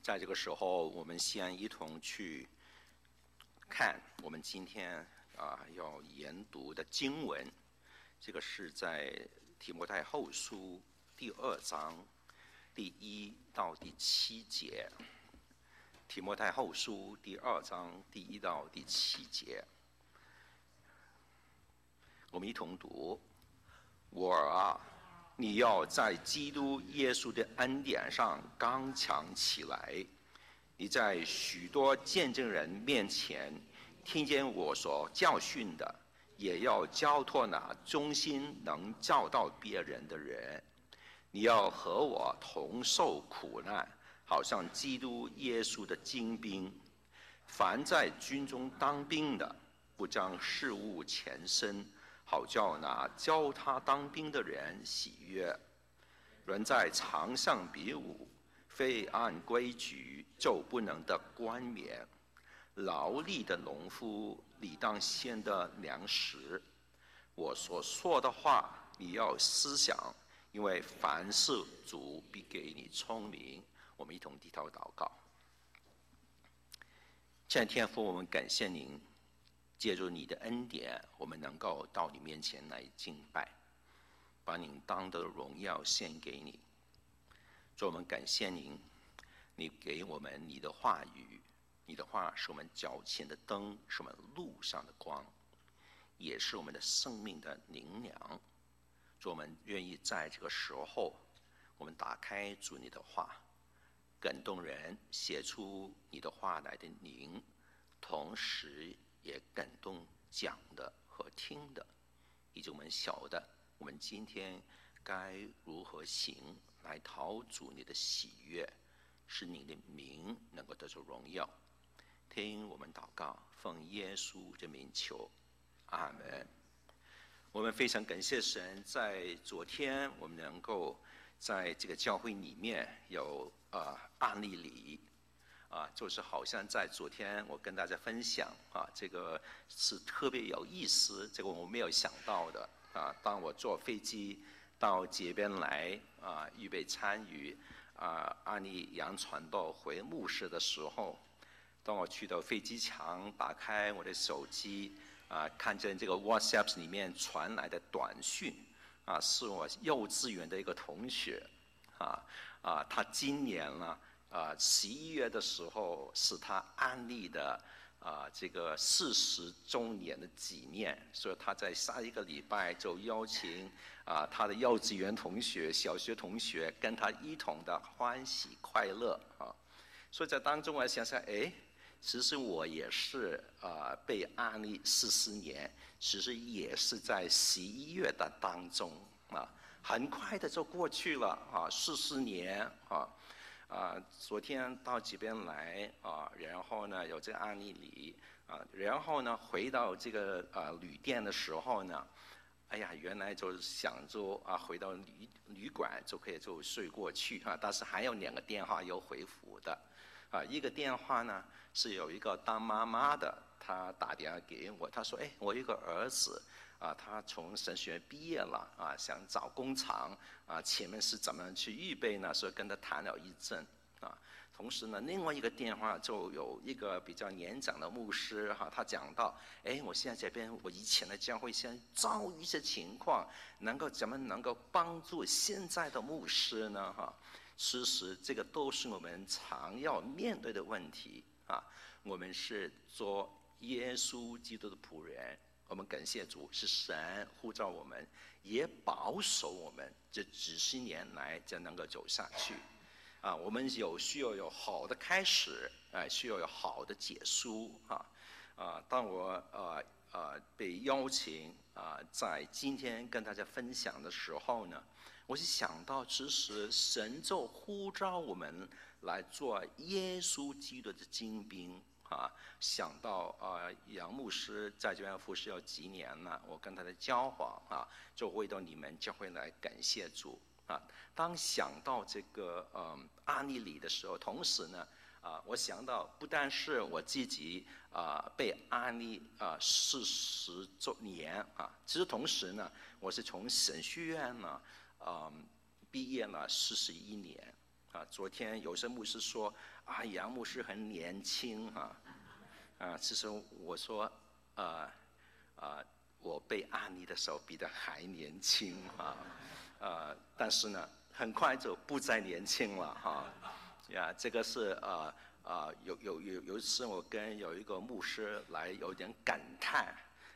在这个时候，我们先一同去看我们今天要研读的经文。这个是在提摩太后书第2章第1到第7节。提摩太后书第2章第1到第7节，我们一同读：我儿啊，你要在基督耶稣的恩典上刚强起来。你在许多见证人面前听见我所教训的，也要交托那忠心能教导别人的人。你要和我同受苦难，好像基督耶稣的精兵。凡在军中当兵的，不将事务前身，好叫那教他当兵的人喜悦。人在场上比武，非按规矩就不能得冠冕。劳力的农夫理当先得粮食。我所说的话，你要思想，因为凡事主必给你聪明。我们一同低头祷告。亲爱的天父，我们感谢您，借助你的恩典，我们能够到你面前来敬拜，把您当得荣耀献给你。主，我们感谢您，你给我们你的话语，你的话是我们脚前的灯，是我们路上的光，也是我们的生命的灵粮。主，我们愿意在这个时候，我们打开主你的话，感动人，写出你的话来的灵，同时也感动讲的和听的，以及我们晓得我们今天该如何行，来讨主你的喜悦，使你的名能够得着荣耀。听我们祷告，奉耶稣的名求，阿门。我们非常感谢神，在昨天我们能够在这个教会里面有案例里就是好像在昨天我跟大家分享这个是特别有意思，这个我没有想到的当我坐飞机到这边来预备参与案例杨传道回牧师的时候，当我去到飞机场，打开我的手机看见这个 WhatsApp 里面传来的短讯是我幼稚园的一个同学他今年11月的时候是他案例的这个40周年的纪念，所以他在下一个礼拜就邀请他的幼稚园同学、小学同学跟他一同的欢喜快乐所以在当中我想想，其实我也是被案例40年，其实也是在11月的当中很快的就过去了40年昨天到这边来然后呢有这个案例里然后呢回到这个旅店的时候呢，哎呀，原来就是想着回到旅馆就可以就睡过去但是还有2个电话有回复的一个电话呢是有一个当妈妈的，他打电话给我，他说我有一个儿子他从神学院毕业了想找工厂前面是怎么去预备呢，所以跟他谈了一阵同时呢另外一个电话就有一个比较年长的牧师他讲到我现在这边我以前的教会现在遭遇一些情况，怎么能够帮助现在的牧师呢其实这个都是我们常要面对的问题我们是做耶稣基督的仆人，我们感谢主，是神呼召我们，也保守我们这几十年来才能够走下去我们需要有好的开始需要有好的结束当我被邀请在今天跟大家分享的时候呢，我是想到其实神就呼召我们来做耶稣基督的精兵想到杨牧师在这边服侍有几年了，我跟他的交往就为到你们教会来感谢主当想到这个案例里的时候，同时呢我想到不但是我自己被案例40周年其实同时呢我是从神学院呢毕业了41年昨天有些牧师说杨牧师很年轻其实我说我被安利的时候比他还年轻但是呢很快就不再年轻了这个是有一次我跟有一个牧师来有点感叹，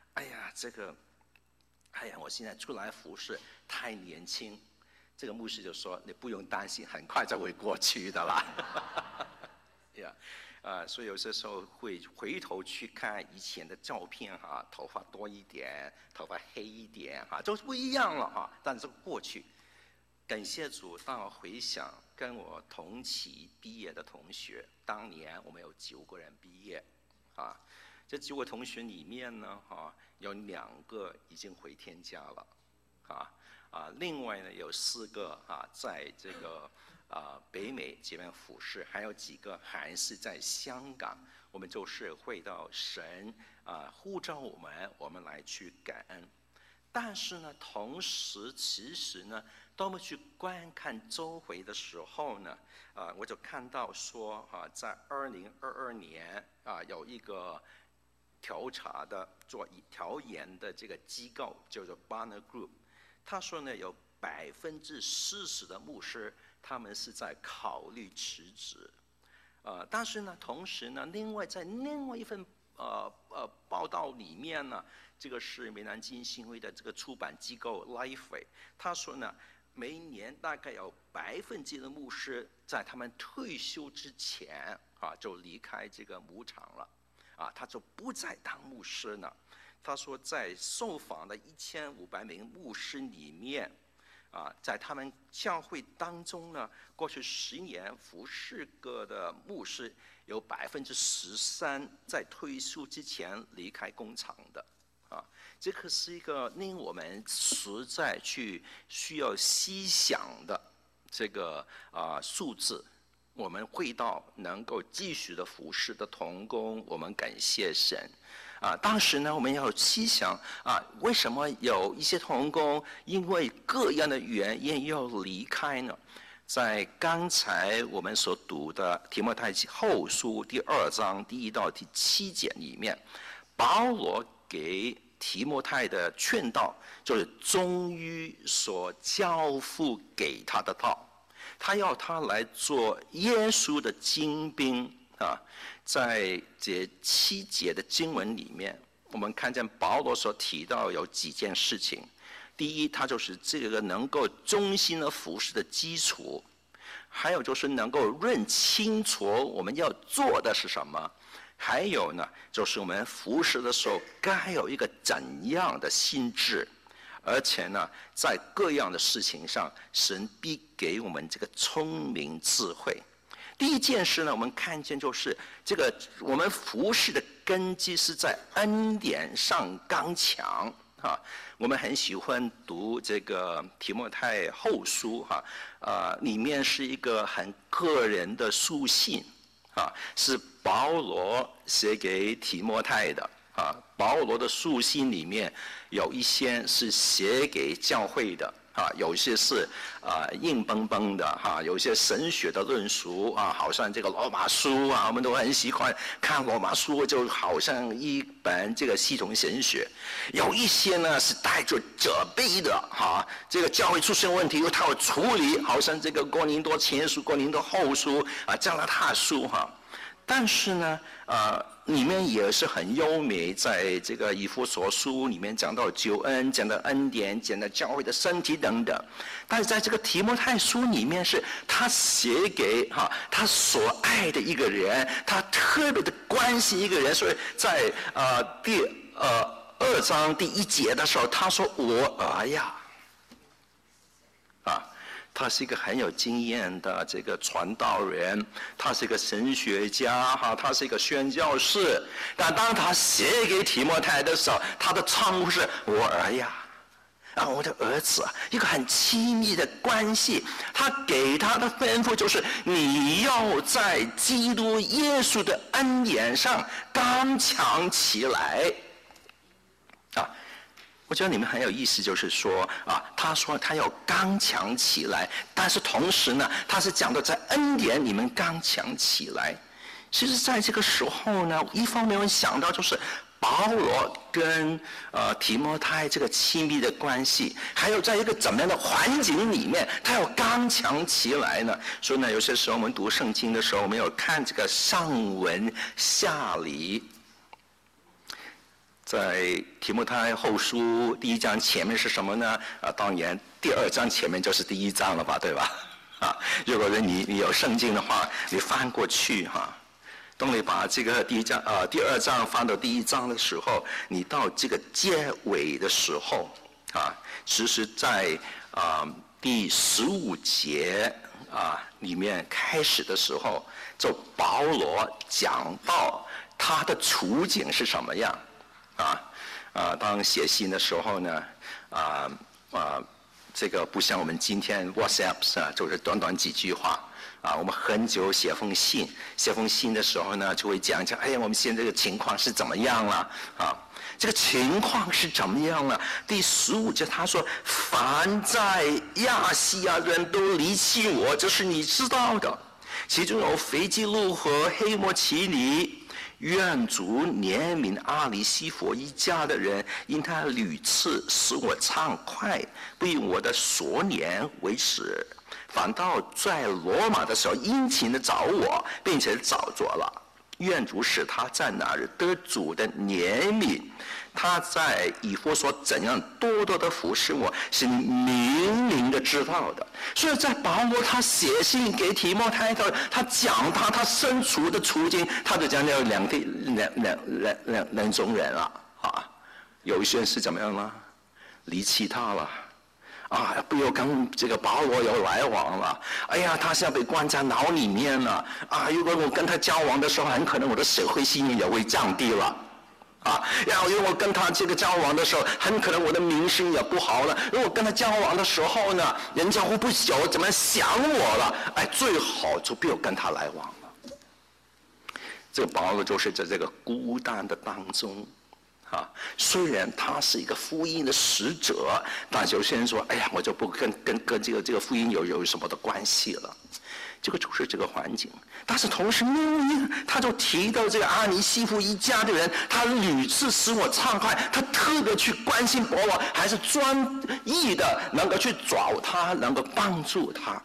我现在出来服侍太年轻。这个牧师就说：“你不用担心，很快就会过去的啦。”所以有些时候会回头去看以前的照片头发多一点，头发黑一点就不一样了但是过去，感谢主，当我回想跟我同期毕业的同学，当年我们有9个人毕业这9个同学里面呢有2个已经回天家了另外呢有4个在这个北美这边服侍，还有几个还是在香港。我们就是会到神呼召我们来去感恩。但是呢，同时其实呢，当我们去观看周围的时候呢，我就看到说在2022年有一个调查的做调研的这个机构叫做 Barna Group。他说呢，有40%的牧师，他们是在考虑辞职，但是呢，同时呢，在另外一份报道里面呢，这个是美南浸信会的这个出版机构 Lifeway， 他说呢，每年大概有1%的牧师在他们退休之前就离开这个牧场了，他就不再当牧师呢。他说，在受访的1500名牧师里面，在他们教会当中呢，过去10年服侍过的牧师有13%在退休之前离开工厂的，这个是一个令我们实在需要细想的这个数字。我们会到能够继续的服侍的同工，我们感谢神。当时呢，我们要细想为什么有一些同工因为各样的原因要离开呢？在刚才我们所读的提摩太后书第2章第1到第7节里面，保罗给提摩太的劝导，就是忠于所交付给他的道。他要他来做耶稣的精兵在这7节的经文里面，我们看见保罗所提到有几件事情。第一，他就是这个能够忠心的服侍的基础；还有就是能够认清楚我们要做的是什么；还有呢，就是我们服侍的时候该有一个怎样的心智。而且呢，在各样的事情上，神必给我们这个聪明智慧。第一件事呢，我们看见就是这个我们服侍的根基是在恩典上刚强我们很喜欢读这个提摩太后书里面是一个很个人的书信是保罗写给提摩太的。保罗的书信里面有一些是写给教会的有些是硬邦邦的有些神学的论述好像这个罗马书我们都很喜欢看罗马书，就好像一本这个系统神学。有一些呢是带着责备的这个教会出现问题，他会处理，好像这个哥林多前书、哥林多后书加拉太书但是呢里面也是很优美，在这个以弗所书里面讲到救恩，讲到恩典，讲到教会的身体等等。但是在这个提摩太书里面，是他写给他所爱的一个人，他特别的关心一个人。所以在第2章第1节的时候，他说：“我儿呀。”他是一个很有经验的这个传道人，他是一个神学家他是一个宣教士。但当他写给提摩太的时候，他的称呼是我儿呀我的儿子一个很亲密的关系。他给他的吩咐就是你要在基督耶稣的恩典上刚强起来我觉得你们很有意思，就是说他说他要刚强起来，但是同时呢，他是讲的在恩典你们刚强起来。其实在这个时候呢，一方面我想到就是保罗跟提摩太这个亲密的关系，还有在一个怎么样的环境里面，他要刚强起来呢？所以呢，有些时候我们读圣经的时候，我们有看这个上文下理。在提摩太后书第1章前面是什么呢？当然第2章前面就是第1章了吧，对吧？如果你有圣经的话，你翻过去当你把这个第2章翻到第1章的时候，你到这个结尾的时候其实在第15节里面开始的时候，就保罗讲到他的处境是什么样。当写信的时候呢，这个不像我们今天 WhatsApp 就是短短几句话我们很久写封信的时候呢，就会讲哎呀，我们现在的情况是怎么样了这个情况是怎么样了？第15节他说：“凡在亚细亚人都离弃我，这是你知道的。其中有腓基路和黑摩奇尼。”愿主怜悯阿里西佛一家的人，因他屡次使我畅快，不以我的所念为耻，反倒在罗马的时候殷勤的找我，并且找着了。愿主使他在哪儿得主的怜悯。他在以弗所怎样多多的服侍我，是你明明的知道的。所以在保罗他写信给提摩太的，他讲他身处的处境，他就讲有两种人有一些人是怎么样呢？离弃他了。不要跟这个保罗有来往了。哎呀，他现在被关在牢里面了。如果我跟他交往的时候，很可能我的社会信誉也会降低了。然后如果跟他这个交往的时候，很可能我的名声也不好了。如果跟他交往的时候呢，人家会不晓得怎么想我了。最好就不要跟他来往了。这个保罗就是在这个孤单的当中。虽然他是一个福音的使者，但有些人说：“哎呀，我就不跟这个福音有什么的关系了。”这个就是这个环境。但是同时他就提到这个阿尼西弗一家的人，他屡次使我畅快，他特别去关心保罗，还是专意的能够去找他，能够帮助他。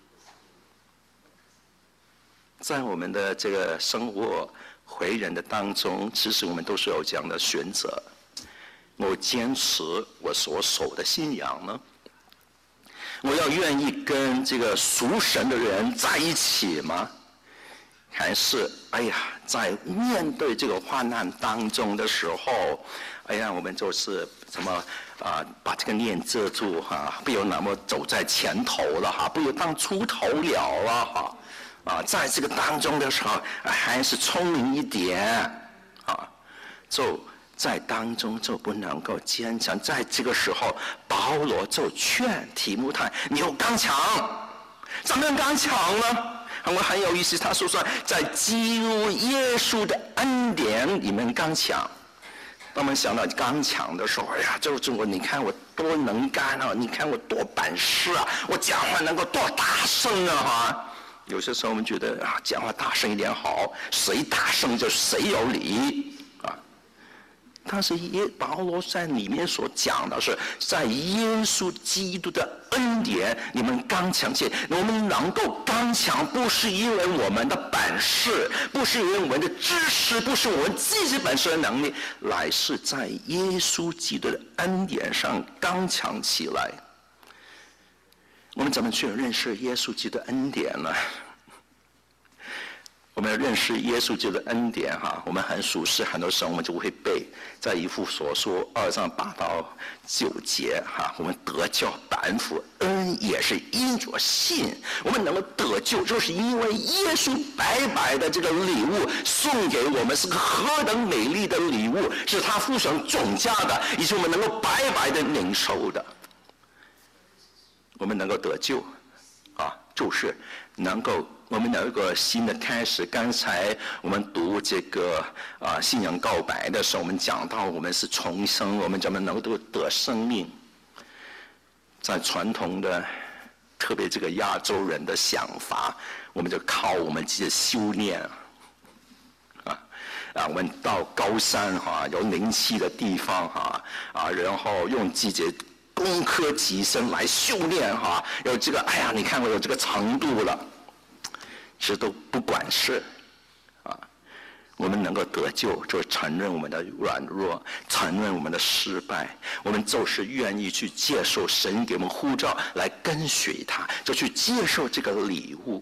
在我们的这个生活为人的当中，其实我们都是有这样的选择：我坚持我所守的信仰呢？我要愿意跟这个属神的人在一起吗？还是在面对这个患难当中的时候，我们就是什么把这个念遮住不要那么走在前头了不要当出头鸟了在这个当中的时候，还是聪明一点就在当中就不能够坚强。在这个时候，保罗就劝提摩太：“你要刚强。怎么样刚强呢？”我很有意思，他说在基督耶稣的恩典里面刚强。当我们想到刚强的时候，就是你看我多能干你看我多本事我讲话能够多大声有些时候我们觉得讲话大声一点好，谁大声就谁有理但是保罗在里面所讲的是，在耶稣基督的恩典你们刚强起来。我们能够刚强，不是因为我们的本事，不是因为我们的知识，不是我们自己本身的能力，乃是在耶稣基督的恩典上刚强起来。我们怎么去认识耶稣基督的恩典呢？我们要认识耶稣基督的恩典我们很熟悉，很多时候我们就会背，在以弗所书2章8到9节我们得救本乎恩，也是因着信。我们能够得救，就是因为耶稣白白的这个礼物送给我们，是个何等美丽的礼物，是他付上重价的，以及我们能够白白的领受的。我们能够得救就是我们有一个新的开始。刚才我们读这个信仰告白的时候，我们讲到我们是重生，我们怎么能够得生命？在传统的，特别这个亚洲人的想法，我们就靠我们自己的修炼我们到高山有灵气的地方然后用自己攻克己身来修炼有这个你看我有这个程度了，其实都不管事我们能够得救，就承认我们的软弱，承认我们的失败，我们就是愿意去接受神给我们呼召来跟随他，就去接受这个礼物。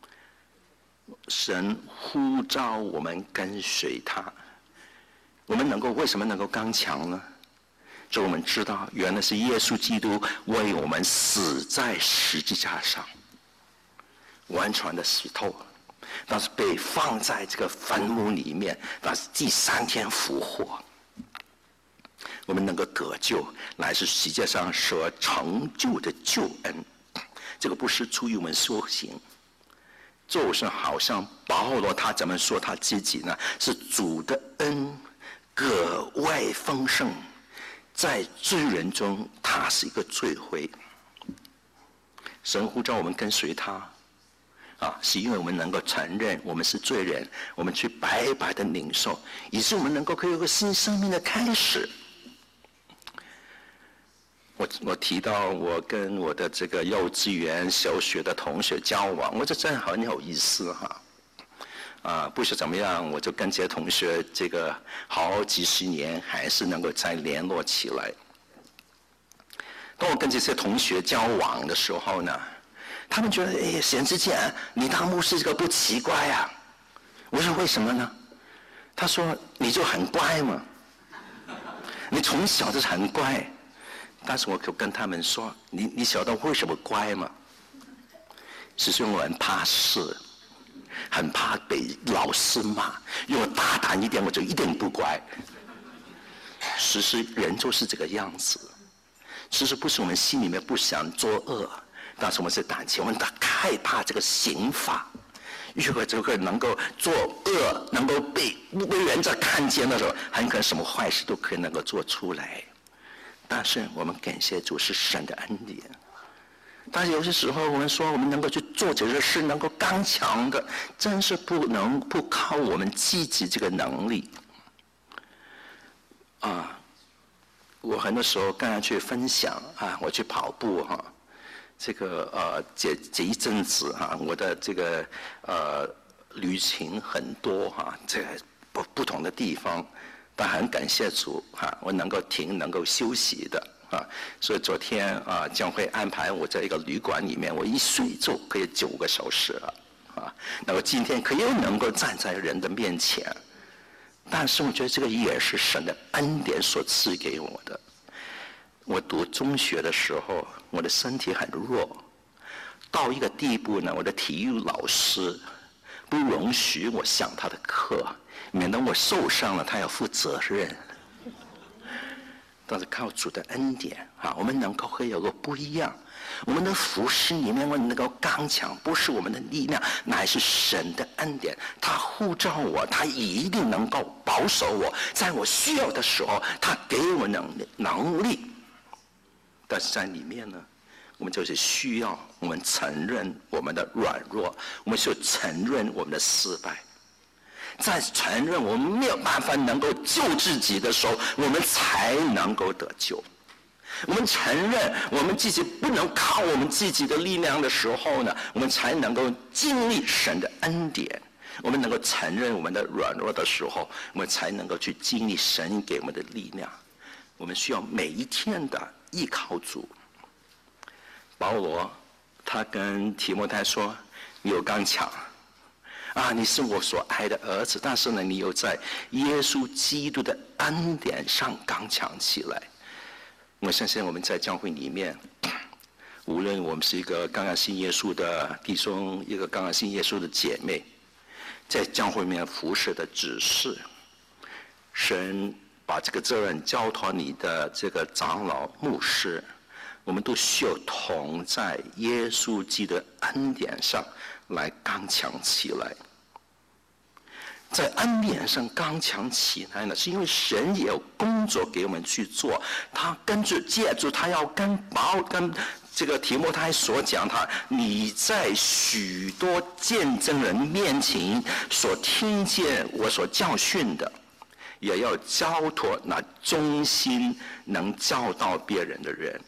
神呼召我们跟随他，我们为什么能够刚强呢？就我们知道原来是耶稣基督为我们死在十字架上，完全的死透，但是被放在这个坟墓里面，但是第3天复活，我们能够得救，乃是世界上所成就的救恩。这个不是出于我们所行，就是好像保罗他怎么说他自己呢？是主的恩格外丰盛，在罪人中他是一个罪魁。神呼召我们跟随他是因为我们能够承认我们是罪人，我们去白白的领受，以致我们可以有个新生命的开始。我提到我跟我的这个幼稚园、小学的同学交往，我觉得真的很有意思不是怎么样，我就跟这些同学这个好几十年还是能够再联络起来。当我跟这些同学交往的时候呢，他们觉得贤之健，你当牧师这个不奇怪啊。我说为什么呢？他说你就很乖嘛，你从小就是很乖。但是我就跟他们说，你晓得为什么乖吗？是因为我很怕事，很怕被老师骂。如果大胆一点，我就一定不乖。其实人就是这个样子。其实不是我们心里面不想作恶，但是我们是胆怯，我们害怕这个刑罚。如果这个能够作恶，能够被人家看见的时候，很可能什么坏事都可以能够做出来。但是我们感谢主是神的恩典。但是有些时候我们说我们能够去做这些事，能够刚强的，真是不靠我们自己这个能力我很多时候刚才去分享我去跑步这个这一阵子我的这个旅行很多这个不同的地方。但很感谢主我能够停，能够休息的所以昨天将会安排我在一个旅馆里面，我一睡就可以9个小时了那么今天又能够站在人的面前，但是我觉得这个也是神的恩典所赐给我的。我读中学的时候，我的身体很弱，到一个地步呢，我的体育老师不容许我上他的课，免得我受伤了，他要负责任。但是靠主的恩典我们能够会有个不一样。我们的服事里面，我们能够刚强，不是我们的力量，乃是神的恩典。他呼召我，他一定能够保守我，在我需要的时候，他给我能力。但是在里面呢，我们就是需要我们承认我们的软弱，我们需要承认我们的失败。在承认我们没有办法能够救自己的时候，我们才能够得救。我们承认我们自己不能靠我们自己的力量的时候呢，我们才能够经历神的恩典。我们能够承认我们的软弱的时候，我们才能够去经历神给我们的力量。我们需要每一天的依靠主。保罗他跟提摩太说，你有刚强你是我所爱的儿子，但是呢，你又在耶稣基督的恩典上刚强起来。我相信我们在教会里面，无论我们是一个刚刚信耶稣的弟兄，一个刚刚信耶稣的姐妹，在教会里面服侍的指示，神把这个责任交托你的这个长老牧师， 我们都需要同在耶稣基督的恩典上来刚强起来。在恩典上刚强起来呢，是因为神也有工作给我们去做。他借助他要跟这个提摩太所讲，你在许多见证人面前所听见我所教训的，也要交托那忠心能教导别人的人。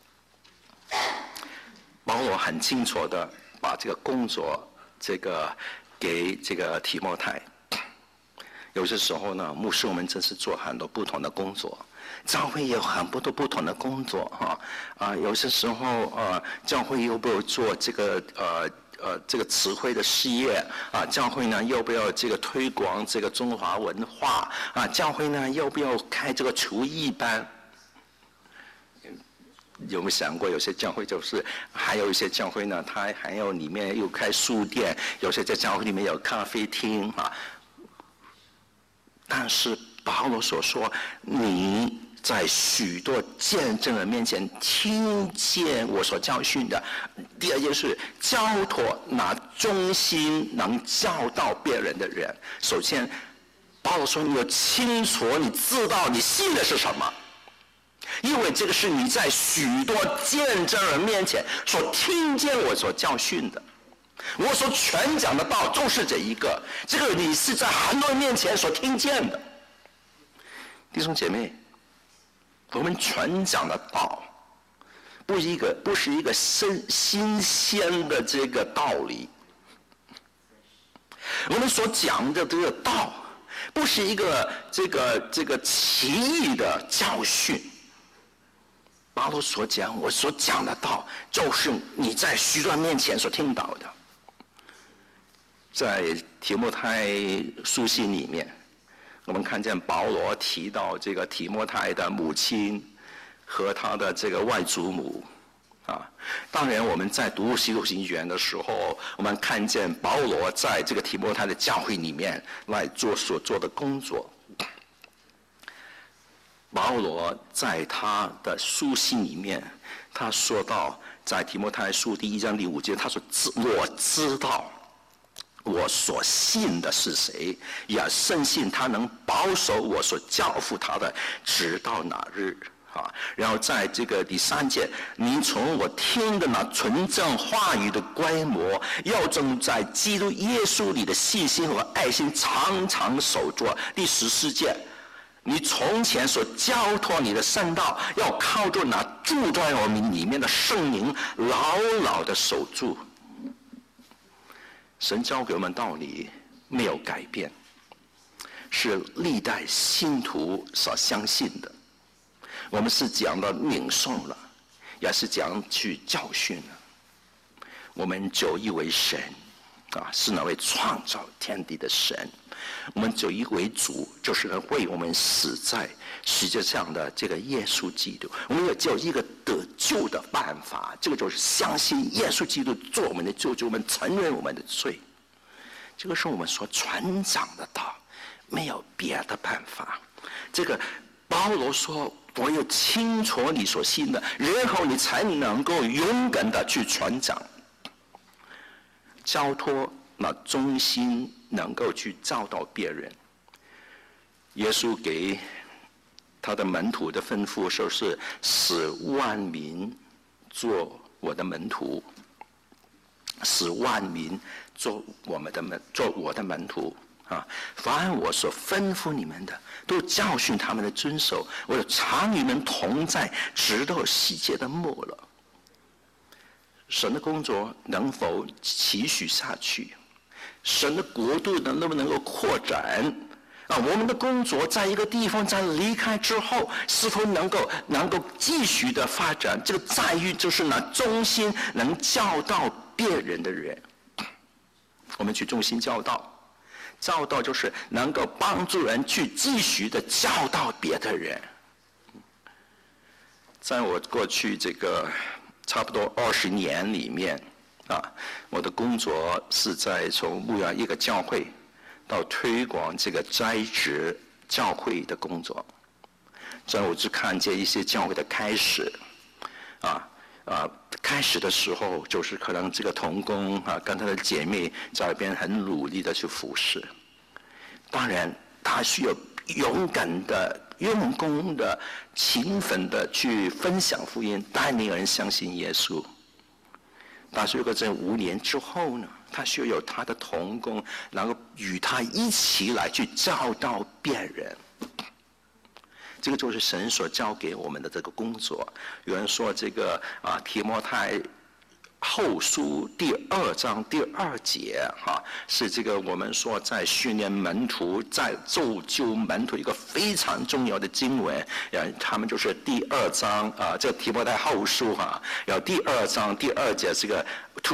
保罗很清楚的把这个工作给这个提摩太。有些时候呢，牧师我们真是做很多不同的工作，教会也有很多不同的工作有些时候教会又不要做这个词汇的事业教会呢要不要这个推广这个中华文化教会呢要不要开这个厨艺班？有没有想过，有些教会还有一些教会呢，它还有里面又开书店，有些在教会里面有咖啡厅但是保罗所说，你在许多见证人面前听见我所教训的。第二件事，交托那忠心能教导别人的人。首先，保罗说你要清楚，你知道你信的是什么，因为这个是你在许多见证人面前所听见我所教训的。我所全讲的道就是这一个，这个你是在很多人面前所听见的。弟兄姐妹，我们全讲的道不是一个新鲜的这个道理，我们所讲的这个道不是一个这个奇异的教训。保罗所讲，我所讲的道就是你在许多人面前所听到的。在提摩太书信里面，我们看见保罗提到这个提摩太的母亲和他的这个外祖母当然我们在读使徒行传的时候，我们看见保罗在这个提摩太的教会里面来所做的工作。保罗在他的书信里面，他说到在提摩太书第1章第5节，他说我知道我所信的是谁，也深信他能保守我所交付他的，直到那日然后在这个第3节，你从我听的那纯正话语的观摩，要正在基督耶稣里的信心和爱心常常守住。第14节，你从前所交托你的圣道，要靠着那住在我们里面的圣灵牢牢的守住。神教给我们道理没有改变，是历代信徒所相信的。我们是讲的领受了，也是讲去教训了。我们就以为神是那位创造天地的神，我们就以为主就是为我们死在世界上的这个耶稣基督。我们也只有一个得救的办法，这个就是相信耶稣基督做我们的救主，我们承认我们的罪。这个是我们所传讲的道，没有别的办法。这个保罗说，我要清楚你所信的，然后你才能够勇敢的去传讲，交托那忠心能够去教导别人。耶稣给他的门徒的吩咐说是使万民做我的门徒，使万民做我的门徒凡我所吩咐你们的，都教训他们的遵守。我要常与你们同在，直到世界的末了。神的工作能否持续下去？神的国度能不能够扩展？我们的工作在一个地方在离开之后，是否能够继续的发展？这个在于就是那忠心能教导别人的人。我们去忠心教导。教导就是能够帮助人去继续的教导别的人。在我过去这个差不多20年里面我的工作是在从牧养一个教会到推广这个在职教会的工作。所以我就看见一些教会的开始开始的时候就是可能这个同工跟他的姐妹在那边很努力的去服侍，当然他需要勇敢的、用功的、勤奋的去分享福音，带领人相信耶稣。但是如果在5年之后呢，他需要有他的同工，能够与他一起来去教导别人。这个就是神所交给我们的这个工作。有人说这个提摩太后书第2章第2节是这个我们说在训练门徒、在造就门徒一个非常重要的经文。他们就是第2章这个提摩太后书有第2章第2节这个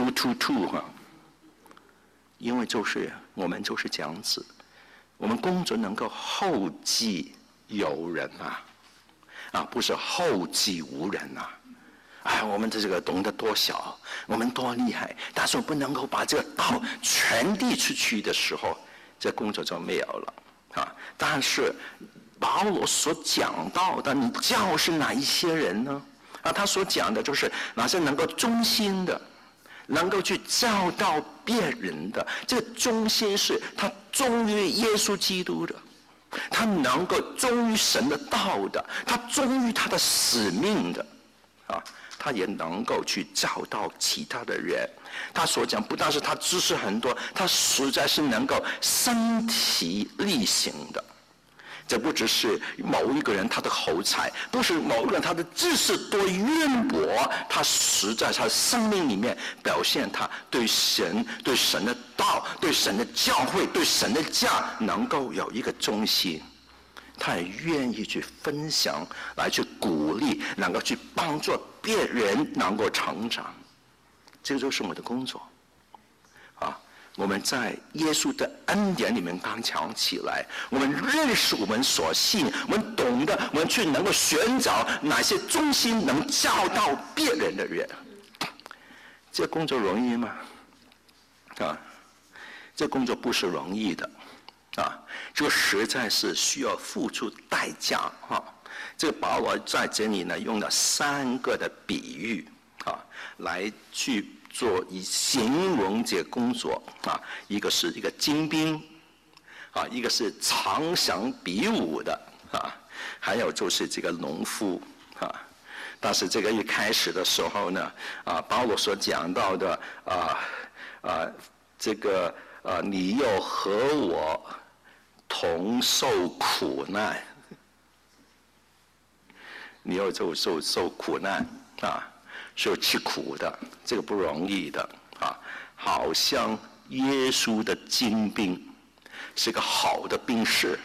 2:2因为就是我们就是这样子，我们工作能够后继有人不是后继无人我们的这个懂得多小，我们多厉害，但是我不能够把这个道传递出去的时候，这工作就没有了但是保罗所讲到的，你教是哪一些人呢？他所讲的就是哪些能够忠心的，能够去教导别人的。这个忠心是他忠于耶稣基督的，他能够忠于神的道的，他忠于他的使命的他也能够去教导其他的人。他所讲不但是他知识很多，他实在是能够身体力行的。这不只是某一个人他的口才，不是某一个人他的知识多渊博，他实在他生命里面表现他对神、对神的道、对神的教会、对神的家能够有一个忠心。他也愿意去分享，来去鼓励，能够去帮助别人能够成长。这个就是我们的工作我们在耶稣的恩典里面刚强起来，我们认识我们所信，我们懂得，我们去能够寻找哪些忠心能教导别人的人。这工作容易吗？这工作不是容易的这个实在是需要付出代价这个保罗在这里呢用了3个的比喻来去做以形容这个工作一个是一个精兵一个是长翔比武的还有就是这个农夫但是这个一开始的时候呢保罗所讲到的这个你又和我同受苦难，你要受苦难是有吃苦的，这个不容易的好像耶稣的精兵是个好的兵士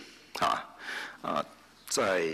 在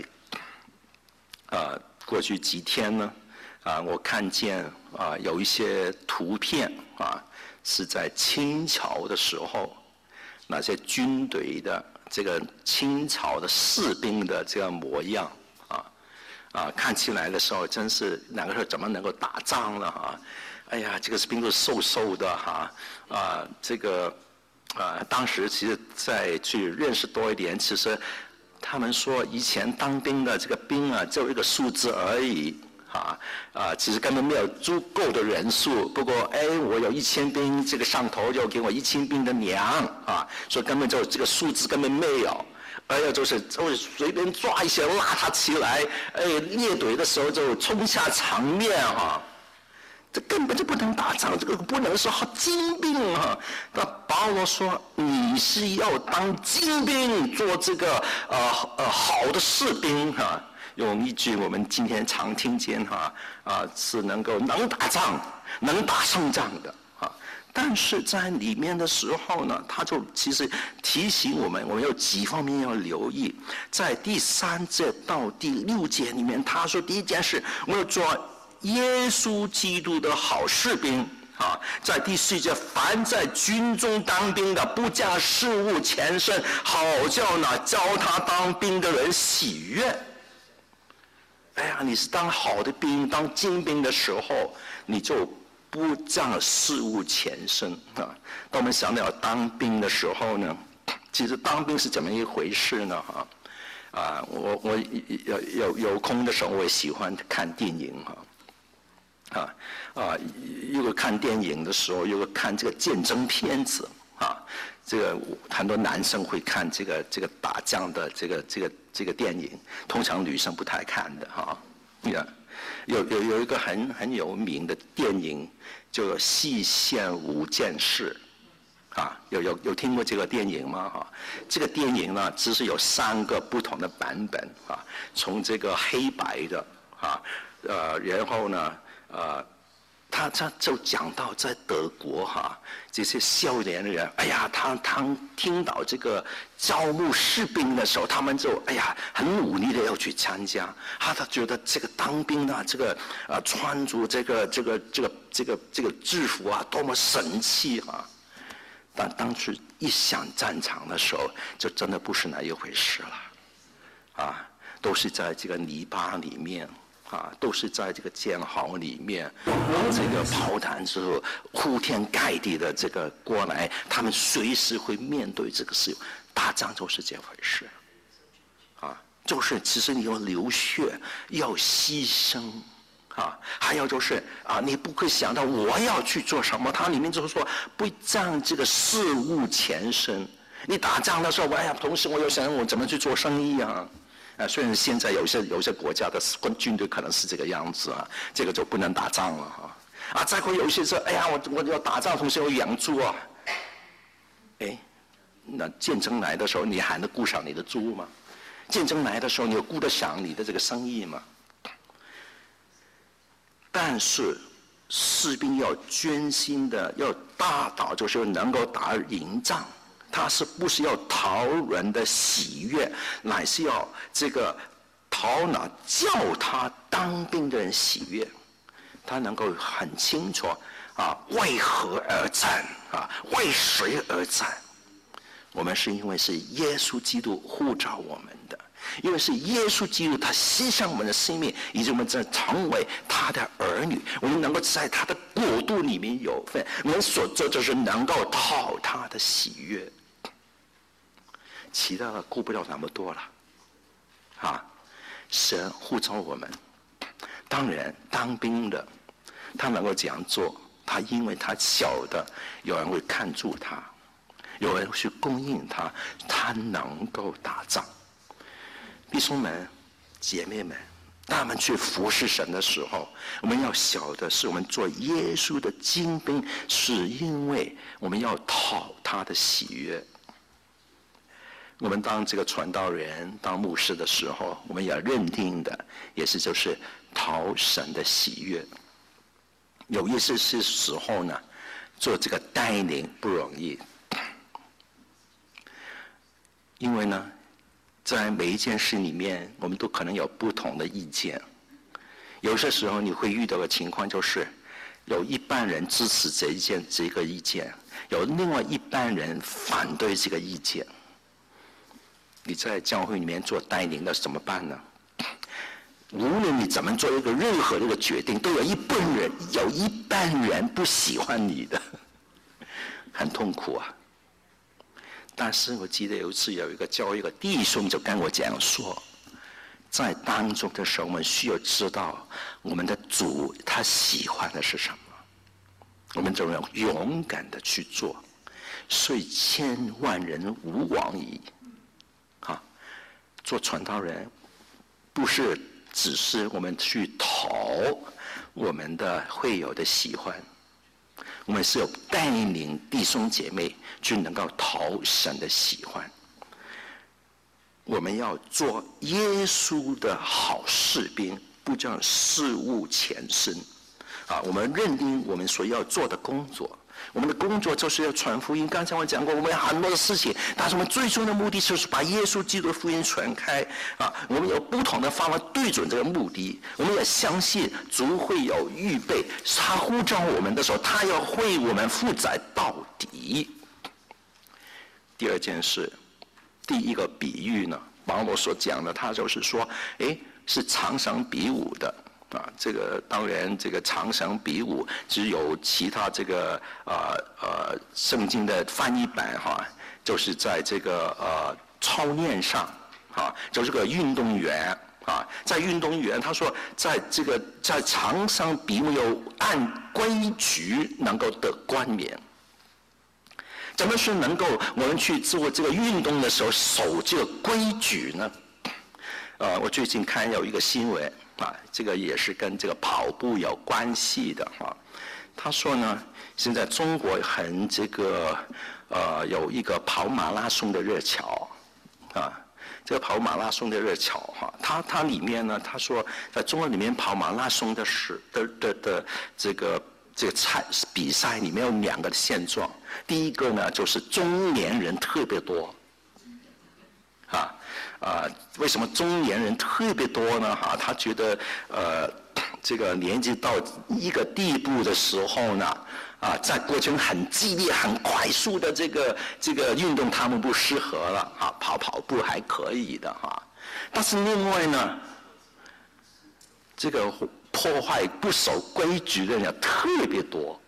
过去几天呢我看见有一些图片是在清朝的时候，那些军队的这个清朝的士兵的这个模样看起来的时候真是哪个时候怎么能够打仗了哎呀，这个士兵都瘦瘦的这个当时其实再去认识多一点，其实他们说以前当兵的这个兵就一个数字而已其实根本没有足够的人数。不过我有1000兵，这个上头就给我1000兵的粮所以根本就这个数字根本没有。就是随便抓一些拉他起来，列队的时候就冲下场面这根本就不能打仗，这个不能说精兵那保罗说你是要当精兵，做这个好的士兵用一句我们今天常听见是能打仗、能打胜仗的但是在里面的时候呢，他就其实提醒我们有几方面要留意。在第3节到第6节里面，他说第一件事，我要做耶稣基督的好士兵在第4节，凡在军中当兵的，不将事务前身，好叫那教他当兵的人喜悦。你是当好的兵、当精兵的时候，你就不将事务前身当我们想到当兵的时候呢，其实当兵是怎么一回事呢我有空的时候我也喜欢看电影如果看电影的时候，如果看这个战争片子这个很多男生会看这个打仗的这个电影，通常女生不太看的有一个很有名的电影叫做《西线无间事》有听过这个电影吗？这个电影呢，只是有3个不同的版本从这个黑白的然后呢他就讲到在德国这些少年人，哎呀，他听到这个招募士兵的时候，他们就很努力的要去参加他觉得这个当兵呢，这个穿着这个制服多么神气但当时一上战场的时候，就真的不是那一回事了都是在这个泥巴里面都是在这个监壕里面这个炮弹之后铺天盖地的这个过来，他们随时会面对这个事。打仗就是这回事就是其实你要流血，要牺牲还有就是你不会想到我要去做什么，它里面就是说不让这个事物前身。你打仗的时候，同时我又想我怎么去做生意虽然现在有些国家的军队可能是这个样子这个就不能打仗了再会有一些说，我要打仗，同时要养猪那战争来的时候，你还能顾上你的猪吗？战争来的时候，你有顾得上你的这个生意吗？但是士兵要专心的，要大到就是能够打赢仗。他是不是要讨人的喜悦，乃是要这个头脑叫他当兵的人喜悦。他能够很清楚为何而战为谁而战。我们是因为是耶稣基督呼召我们的，因为是耶稣基督他牺牲我们的生命，以致我们成为他的儿女，我们能够在他的国度里面有份。我们所做就是能够讨他的喜悦，其他的顾不了那么多了神呼召我们，当然当兵的他能够这样做，他因为他晓得有人会看住他，有人去供应他，他能够打仗。弟兄们姐妹们，当我们去服侍神的时候，我们要晓得是我们做耶稣的精兵，是因为我们要讨他的喜悦。我们当这个传道人当牧师的时候，我们要认定的也是就是讨神的喜悦。有一些时候呢，做这个带领不容易，因为呢在每一件事里面我们都可能有不同的意见。有些时候你会遇到的情况就是有一半人支持这个意见，有另外一半人反对这个意见。你在教会里面做带领的怎么办呢？无论你怎么做一个任何的一个决定，都有一半人不喜欢你的，很痛苦但是我记得有一次有一个弟兄就跟我这样说，在当中的时候，我们需要知道我们的主他喜欢的是什么，我们就要勇敢的去做。所以千万人无往矣做传道人不是只是我们去讨我们的会友的喜欢，我们是有带领弟兄姐妹去能够讨神的喜欢。我们要做耶稣的好士兵，不叫事物前身我们认定我们所要做的工作，我们的工作就是要传福音。刚才我讲过，我们有很多的事情，但是我们最终的目的就是把耶稣基督的福音传开我们有不同的方法对准这个目的。我们也相信主会有预备，他呼召我们的时候，他要为我们负载到底。第二件事，第一个比喻呢，保罗所讲的，他就是说是常常比武的这个当然，这个常常比武只有其他这个圣经的翻译版就是在这个操练上就是个运动员在运动员，他说，在场上并没有按规矩能够得冠冕。怎么是能够我们去做这个运动的时候守这个规矩呢？我最近看有一个新闻这个也是跟这个跑步有关系的他说呢，现在中国很有一个跑马拉松的热潮这个跑马拉松的热潮它里面呢，他说在中国里面跑马拉松的这个比赛里面有2个现状。第一个呢，就是中年人特别多为什么中年人特别多呢他觉得这个年纪到一个地步的时候呢在过程很激烈很快速的这个运动他们不适合了跑步还可以的但是另外呢，这个破坏不守规矩的人特别多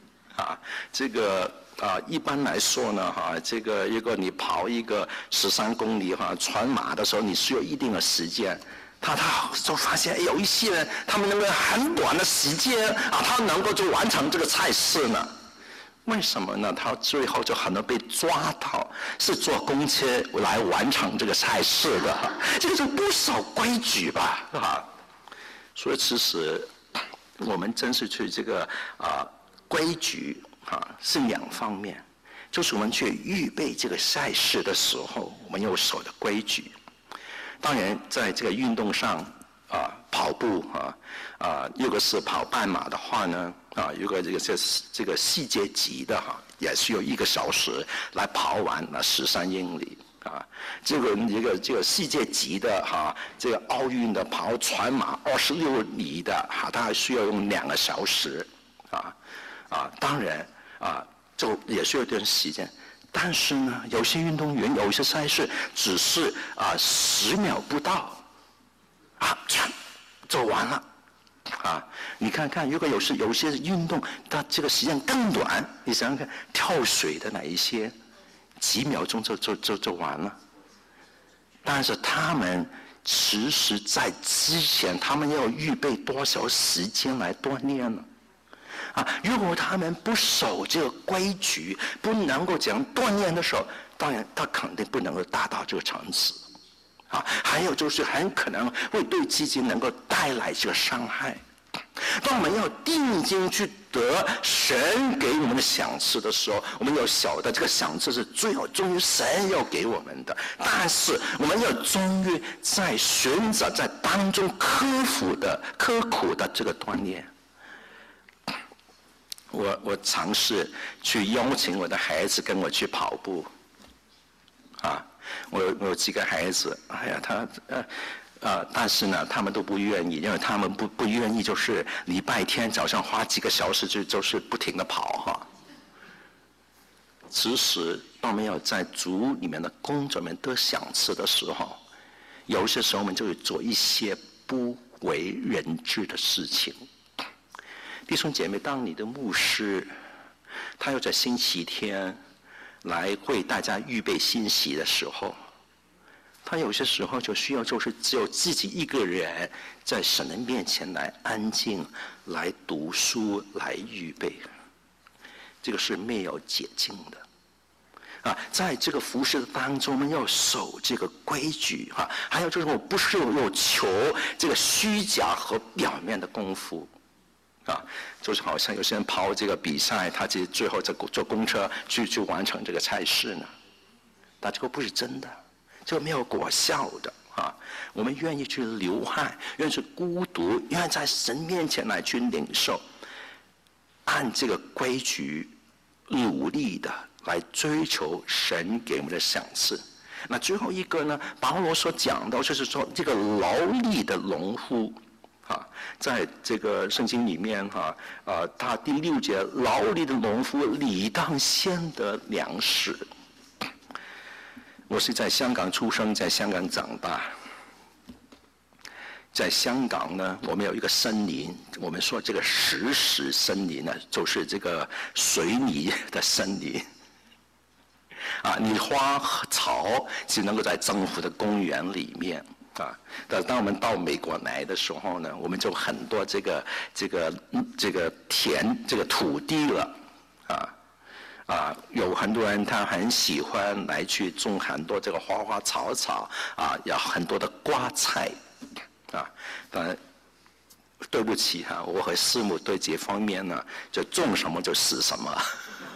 一般来说呢如果你跑一个13公里全马的时候，你需要一定的时间。他就发现有一些人，他们能够很短的时间他能够就完成这个赛事呢。为什么呢？他最后就可能被抓到是坐公车来完成这个赛事的，这个就不守规矩吧所以其实我们真是去这个规矩是2方面，就是我们去预备这个赛事的时候，我们要守的规矩。当然，在这个运动上跑步如果是跑半马的话呢如果这个世界级的也需要1个小时来跑完13英里这个世界级的这个奥运的跑全马26里的它还需要用2个小时当然就也需要一段时间。但是呢，有些运动员有些赛事只是10秒不到就完了你看看，如果有些运动它这个时间更短，你想想看，跳水的那一些几秒钟就完了。但是他们其实在之前他们要预备多少时间来锻炼呢如果他们不守这个规矩，不能够这样锻炼的时候，当然他肯定不能够达到这个层次还有就是很可能会对自己能够带来这个伤害。当我们要定睛去得神给我们的赏赐的时候，我们要晓得这个赏赐是最后终于神要给我们的，但是我们要终于在寻找在当中刻苦的这个锻炼。我尝试去邀请我的孩子跟我去跑步我有几个孩子但是呢他们都不愿意，因为他们不愿意就是礼拜天早上花几个小时就是不停的跑其实当我们要在主里面的工作里面得赏赐的时候，有些时候我们就会做一些不为人知的事情。弟兄姐妹，当你的牧师他要在星期天来为大家预备信息的时候，他有些时候就需要就是只有自己一个人在神的面前来安静来读书来预备，这个是没有捷径的在这个服事当中，我们要守这个规矩还有就是我不是有求这个虚假和表面的功夫就是好像有些人跑这个比赛，他其实最后坐公车去完成这个赛事呢，但这个不是真的，这个没有果效的我们愿意去流汗，愿意去孤独，愿意在神面前来去领受，按这个规矩努力的来追求神给我们的赏赐。那最后一个呢，保罗所讲到就是说这个劳力的农夫在这个圣经里面他第6节，劳力的农夫理当先得粮食。我是在香港出生，在香港长大。在香港呢，我们有一个森林，我们说这个石屎森林呢，就是这个水泥的森林你花和草只能够在政府的公园里面但是当我们到美国来的时候呢，我们就很多这个田这个土地了，有很多人他很喜欢来去种很多这个花花草草有很多的瓜菜当然对不起我和师母对这方面呢，就种什么就是什么。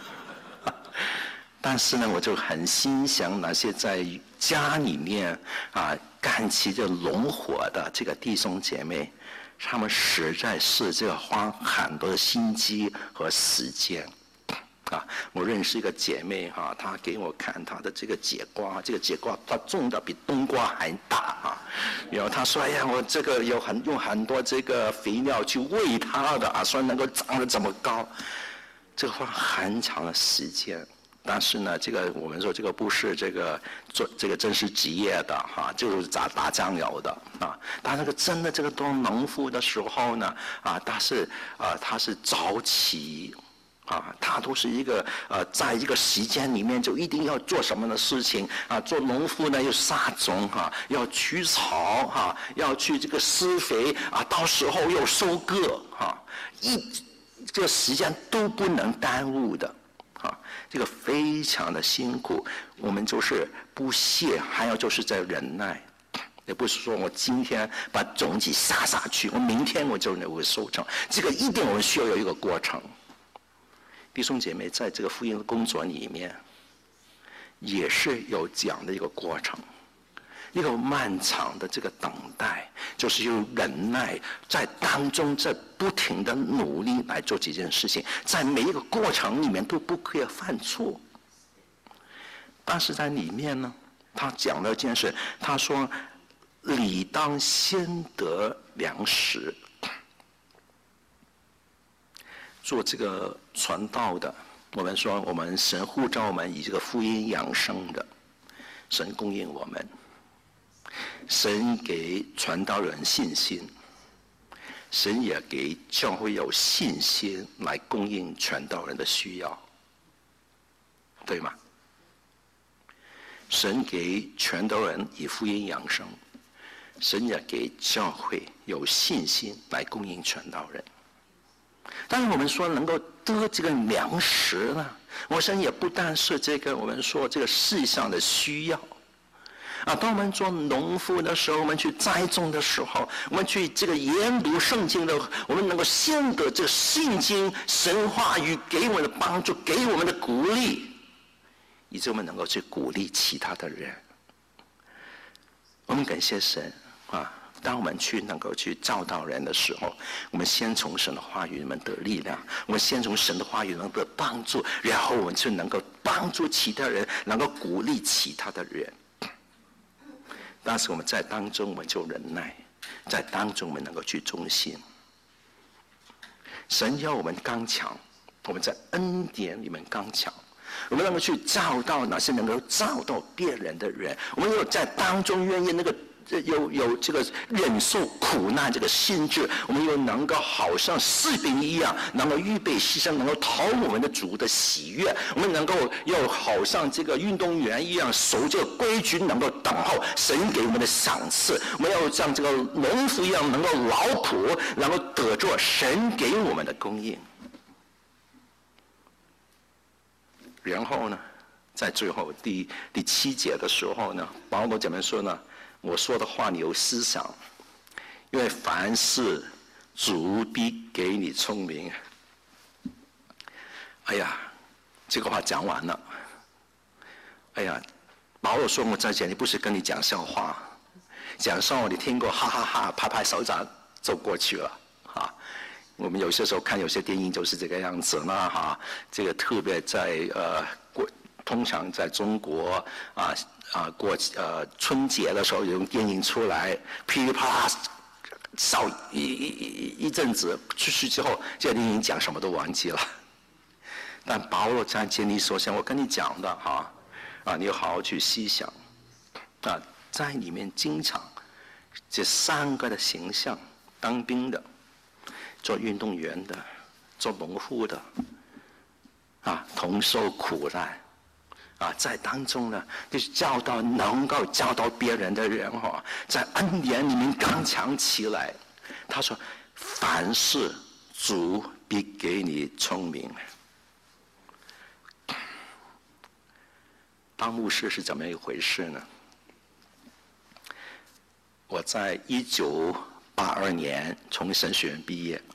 但是呢，我就很欣赏那些在家里面干起这农活的这个弟兄姐妹，他们实在是这个花很多的心机和时间。我认识一个姐妹她给我看她的这个节瓜，这个节瓜她种的比冬瓜还大然后她说：“哎呀，我这个用很多这个肥料去喂它的所以能够长得这么高。”这个花很长的时间。但是呢，这个我们说这个不是这个做这个真是职业的就是打酱油的但那个真的这个当农夫的时候呢他是早起他都是一个在一个时间里面就一定要做什么的事情做农夫呢又撒种要除草要去这个施肥到时候又收割这个时间都不能耽误的。这个非常的辛苦，我们就是不懈，还有就是在忍耐，也不是说我今天把种子撒下去，我明天我就能够收成，这个一定我们需要有一个过程。弟兄姐妹，在这个福音的工作里面，也是有这样的一个过程，一个漫长的这个等待，就是有忍耐在当中，在不停的努力来做这件事情，在每一个过程里面都不可以犯错。但是在里面呢，他讲了一件事，他说：“理当先得粮食。”做这个传道的，我们说我们神呼召我们以这个福音养生的，神供应我们。神给传道人信心，神也给教会有信心来供应传道人的需要，对吗？神给传道人以福音养生，神也给教会有信心来供应传道人。但是我们说能够得这个粮食呢，我想也不但是这个我们说这个世上的需要。当我们做农夫的时候，我们去栽种的时候，我们去这个研读圣经的，我们能够先得这个圣经神话语给我们的帮助，给我们的鼓励，以致我们能够去鼓励其他的人。我们感谢神当我们去能够去教导人的时候，我们先从神的话语里面得力量，我们先从神的话语能得帮助，然后我们就能够帮助其他人，能够鼓励其他的人。但是我们在当中我们就忍耐，在当中我们能够去忠心。神要我们刚强，我们在恩典里面刚强，我们能够去照到那些能够照到别人的人，我们有在当中愿意那个有这个忍受苦难这个心智，我们又能够好像士兵一样，能够预备牺牲，能够讨我们的主的喜悦。我们能够又好像这个运动员一样守这个规矩，能够等候神给我们的赏赐。我们要像这个农夫一样，能够劳苦，能够得着神给我们的供应。然后呢，在最后第7节的时候呢，保罗怎么说呢？我说的话你有思想，因为凡事主必给你聪明。哎呀，这个话讲完了。哎呀，保罗说我在这里不是跟你讲笑话，讲笑话你听过，哈哈哈，拍拍手掌就过去了我们有些时候看有些电影就是这个样子啦这个特别在通常在中国过春节的时候有电影出来，噼里啪啦笑一阵子，出去之后这个电影讲什么都忘记了。但保罗在这里所想我跟你讲的你要好好去细想在里面经常这3个的形象，当兵的，做运动员的，做农夫的同受苦难在当中呢，就是能够教导别人的人在恩典里面刚强起来。他说：“凡事主必给你聪明。”当牧师是怎么一回事呢？我在1982年从神学院毕业，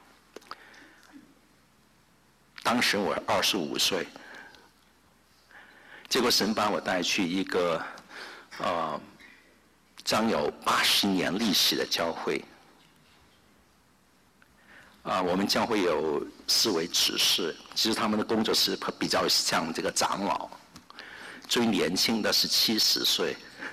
当时我25岁。结果神把我带去一个将有80年历史的教会。我们教会有4位执事，其实他们的工作是比较像这个长老。最年轻的是70岁，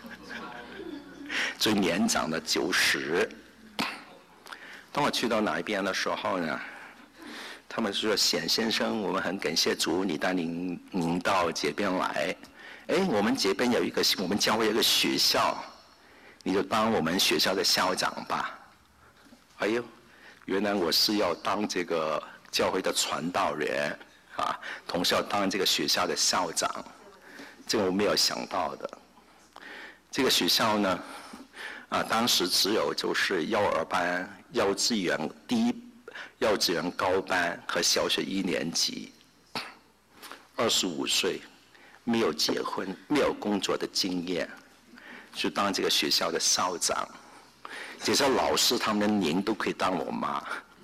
最年长的90。当我去到哪一边的时候呢，他们说：“显先生，我们很感谢主，你带领您到这边来。我们这边我们教会有一个学校，你就当我们学校的校长吧。”哎呦，原来我是要当这个教会的传道人同时要当这个学校的校长，这个我没有想到的。这个学校呢，当时只有就是幼儿班、幼稚园高班和小学1年级。25岁，没有结婚，没有工作的经验，就当这个学校的校长。这些老师他们的年都可以当我妈。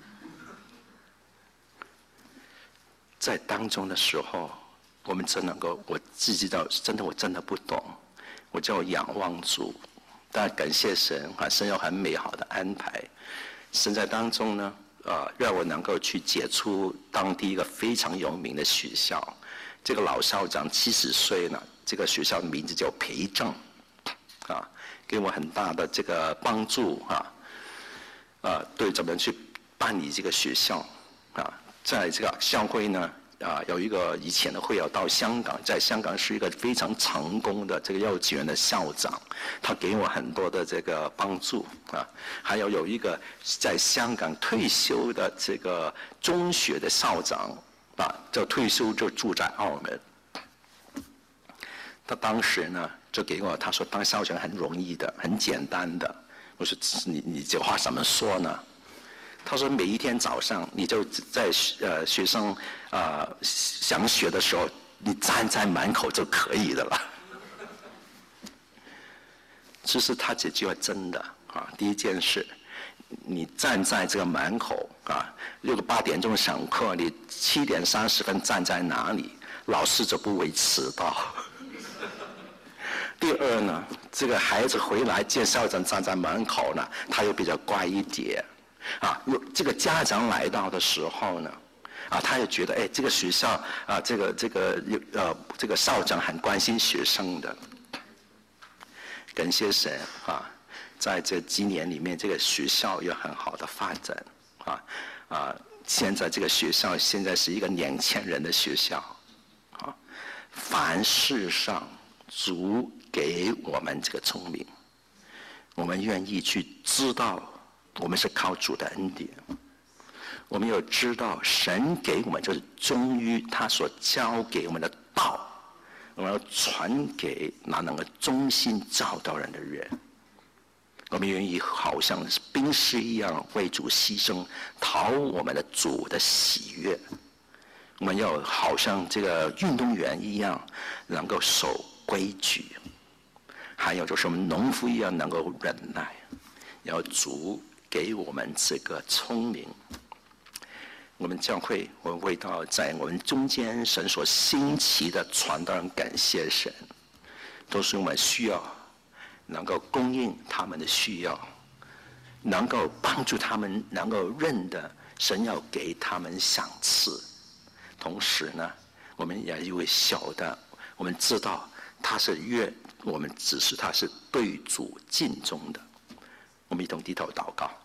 在当中的时候，我们真能够，我自己我真的不懂，我就仰望主，但感谢神神有很美好的安排。神在当中呢，让我能够去接触当地一个非常有名的学校。这个老校长70岁了，这个学校的名字叫培正，给我很大的这个帮助对怎么去办理这个学校在这个教会呢有一个以前的会友到香港，在香港是一个非常成功的这个幼稚园的校长，他给我很多的这个帮助还有一个在香港退休的这个中学的校长就退休就住在澳门。他当时呢就给我他说当校长很容易的，很简单的。我说你这话怎么说呢？他说每一天早上你就在学生想学的时候，你站在门口就可以的了。其实他这句话真的第一件事，你站在这个门口如果8点钟上课，你7点30分站在哪里，老师就不会迟到。第二呢，这个孩子回来见校长站在门口呢，他又比较乖一点这个家长来到的时候呢他也觉得这个学校这个校长很关心学生的。感谢神在这几年里面，这个学校有很好的发展现在这个学校现在是一个2000人的学校凡事上主给我们这个聪明，我们愿意去知道我们是靠主的恩典，我们要知道神给我们就是忠于他所教给我们的道，我们要传给那能够忠心照到人的人。我们愿意好像兵士一样为主牺牲，讨我们的主的喜悦。我们要好像这个运动员一样能够守规矩，还有就是我们农夫一样能够忍耐，要主给我们这个聪明。我们教会，我们为到在我们中间神所兴起的传道人感谢神，都是我们需要能够供应他们的需要，能够帮助他们能够认得神要给他们赏赐。同时呢，我们也因为晓得，我们知道他是我们指示他是对主尽忠的。我们一同低头祷告。